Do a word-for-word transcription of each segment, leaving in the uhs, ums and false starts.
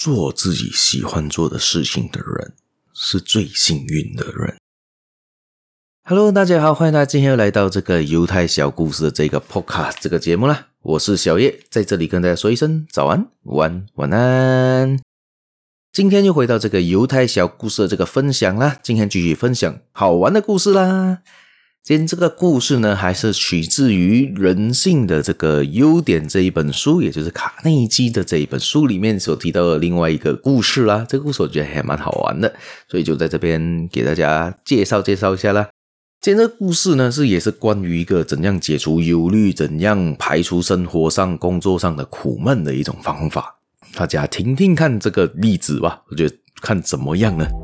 做自己喜欢做的事情的人是最幸运的人。Hello， 大家好，欢迎大家今天又来到这个犹太小故事的这个 podcast 这个节目啦。我是小叶，在这里跟大家说一声早安、午安、晚安。今天又回到这个犹太小故事的这个分享啦，今天继续分享好玩的故事啦。今天这个故事呢，还是取自于人性的这个优点这一本书，也就是卡内基的这一本书里面所提到的另外一个故事啦。这个故事我觉得还蛮好玩的，所以就在这边给大家介绍介绍一下啦。今天这个故事呢，是也是关于一个怎样解除忧虑，怎样排除生活上工作上的苦闷的一种方法。大家听听看这个例子吧，我觉得看怎么样呢。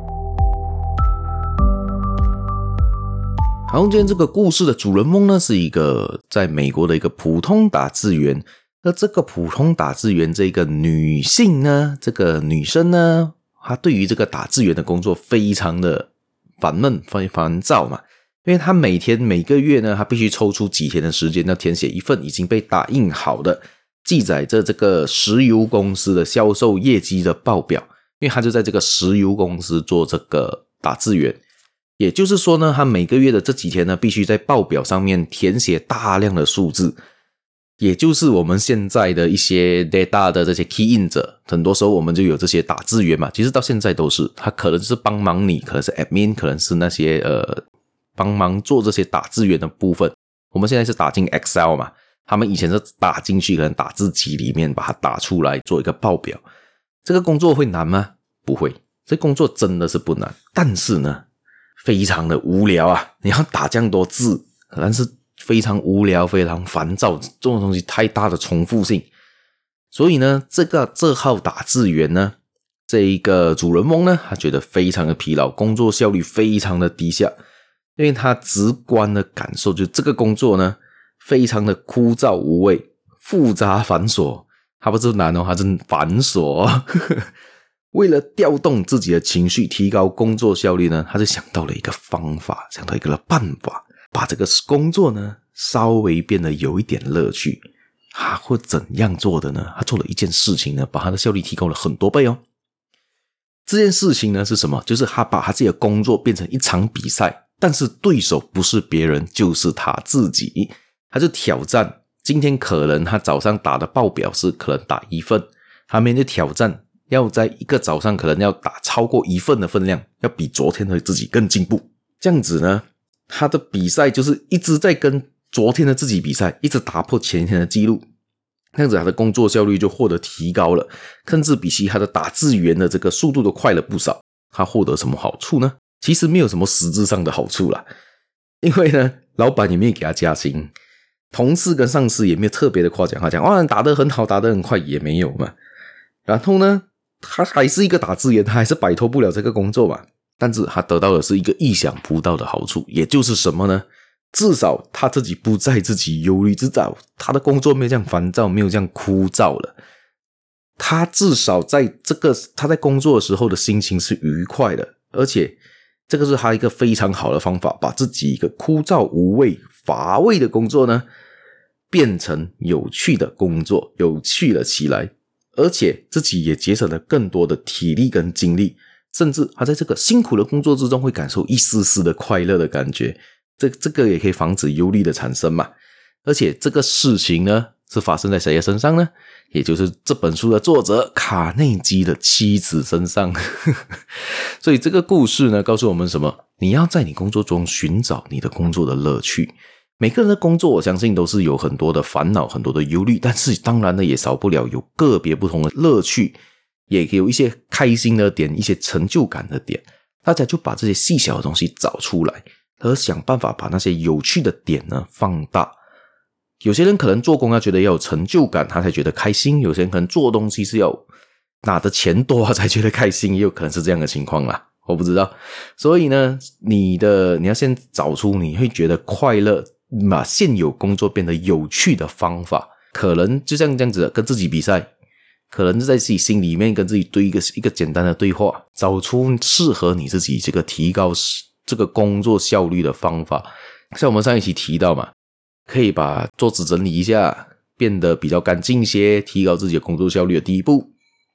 好，今天这个故事的主人翁呢，是一个在美国的一个普通打字员。而这个普通打字员这个女性呢，这个女生呢，她对于这个打字员的工作非常的烦闷、烦躁嘛。因为她每天每个月呢，她必须抽出几天的时间要填写一份已经被打印好的记载着这个石油公司的销售业绩的报表。因为她就在这个石油公司做这个打字员。也就是说呢，他每个月的这几天呢，必须在报表上面填写大量的数字，也就是我们现在的一些 data 的这些 key in 者，很多时候我们就有这些打字员嘛，其实到现在都是，他可能是帮忙你，可能是 admin， 可能是那些呃帮忙做这些打字员的部分。我们现在是打进 Excel 嘛，他们以前是打进去可能打字机里面把它打出来做一个报表。这个工作会难吗？不会，这工作真的是不难，但是呢非常的无聊啊！你要打这样多字，但是非常无聊，非常烦躁，这种东西太大的重复性。所以呢，这个这号打字员呢，这一个主人翁呢，他觉得非常的疲劳，工作效率非常的低下，因为他直观的感受就是这个工作呢，非常的枯燥无味、复杂繁琐。他不是难哦，他是繁琐哦。为了调动自己的情绪，提高工作效率呢，他就想到了一个方法，想到一个办法，把这个工作呢稍微变得有一点乐趣。他会怎样做的呢？他做了一件事情呢，把他的效率提高了很多倍哦。这件事情呢是什么？就是他把他自己的工作变成一场比赛，但是对手不是别人，就是他自己。他就挑战，今天可能他早上打的报表是可能打一份，他明天就挑战要在一个早上可能要打超过一份的分量，要比昨天的自己更进步。这样子呢，他的比赛就是一直在跟昨天的自己比赛，一直打破前一天的记录。这样子他的工作效率就获得提高了，甚至比起他的打字员的这个速度都快了不少。他获得什么好处呢？其实没有什么实质上的好处啦，因为呢，老板也没有给他加薪，同事跟上司也没有特别的夸奖他，讲哇打得很好，打得很快，也没有嘛。然后呢，他还是一个打字员，他还是摆脱不了这个工作嘛。但是他得到的是一个意想不到的好处，也就是什么呢？至少他自己不再自己忧虑，至少他的工作没有这样烦躁，没有这样枯燥了。他至少在这个他在工作的时候的心情是愉快的，而且这个是他一个非常好的方法，把自己一个枯燥无味、乏味的工作呢，变成有趣的工作，有趣了起来。而且自己也节省了更多的体力跟精力，甚至他在这个辛苦的工作之中会感受一丝丝的快乐的感觉，这这个也可以防止忧虑的产生嘛。而且这个事情呢，是发生在谁的身上呢？也就是这本书的作者卡内基的妻子身上。所以这个故事呢，告诉我们什么？你要在你工作中寻找你的工作的乐趣。每个人的工作我相信都是有很多的烦恼，很多的忧虑，但是当然呢也少不了有个别不同的乐趣，也有一些开心的点，一些成就感的点。大家就把这些细小的东西找出来，而想办法把那些有趣的点呢放大。有些人可能做工要觉得要有成就感他才觉得开心，有些人可能做东西是要拿的钱多他才觉得开心，也有可能是这样的情况啦，我不知道。所以呢，你的你要先找出你会觉得快乐，把现有工作变得有趣的方法，可能就像这样子的跟自己比赛，可能是在自己心里面跟自己对一个一个简单的对话，找出适合你自己这个提高这个工作效率的方法。像我们上一期提到嘛，可以把桌子整理一下，变得比较干净一些，提高自己的工作效率的第一步，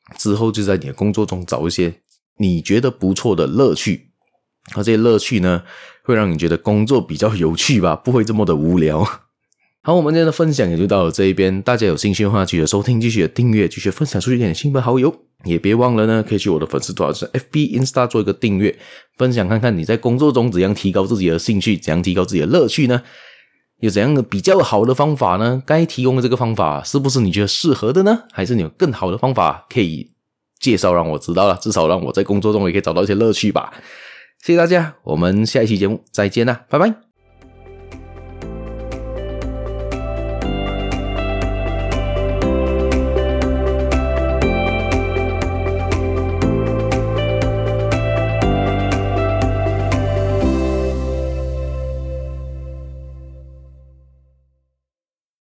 之后就在你的工作中找一些你觉得不错的乐趣，而这些乐趣呢，会让你觉得工作比较有趣吧，不会这么的无聊。好，我们今天的分享也就到了这一边，大家有兴趣的话，记得收听，继续的订阅，继续分享出去给你的亲朋好友，也别忘了呢，可以去我的粉丝团 F B、Insta 做一个订阅，分享看看你在工作中怎样提高自己的兴趣，怎样提高自己的乐趣呢？有怎样的比较好的方法呢？该提供的这个方法是不是你觉得适合的呢？还是你有更好的方法可以介绍让我知道了，至少让我在工作中也可以找到一些乐趣吧。谢谢大家，我们下一期节目再见啦，拜拜。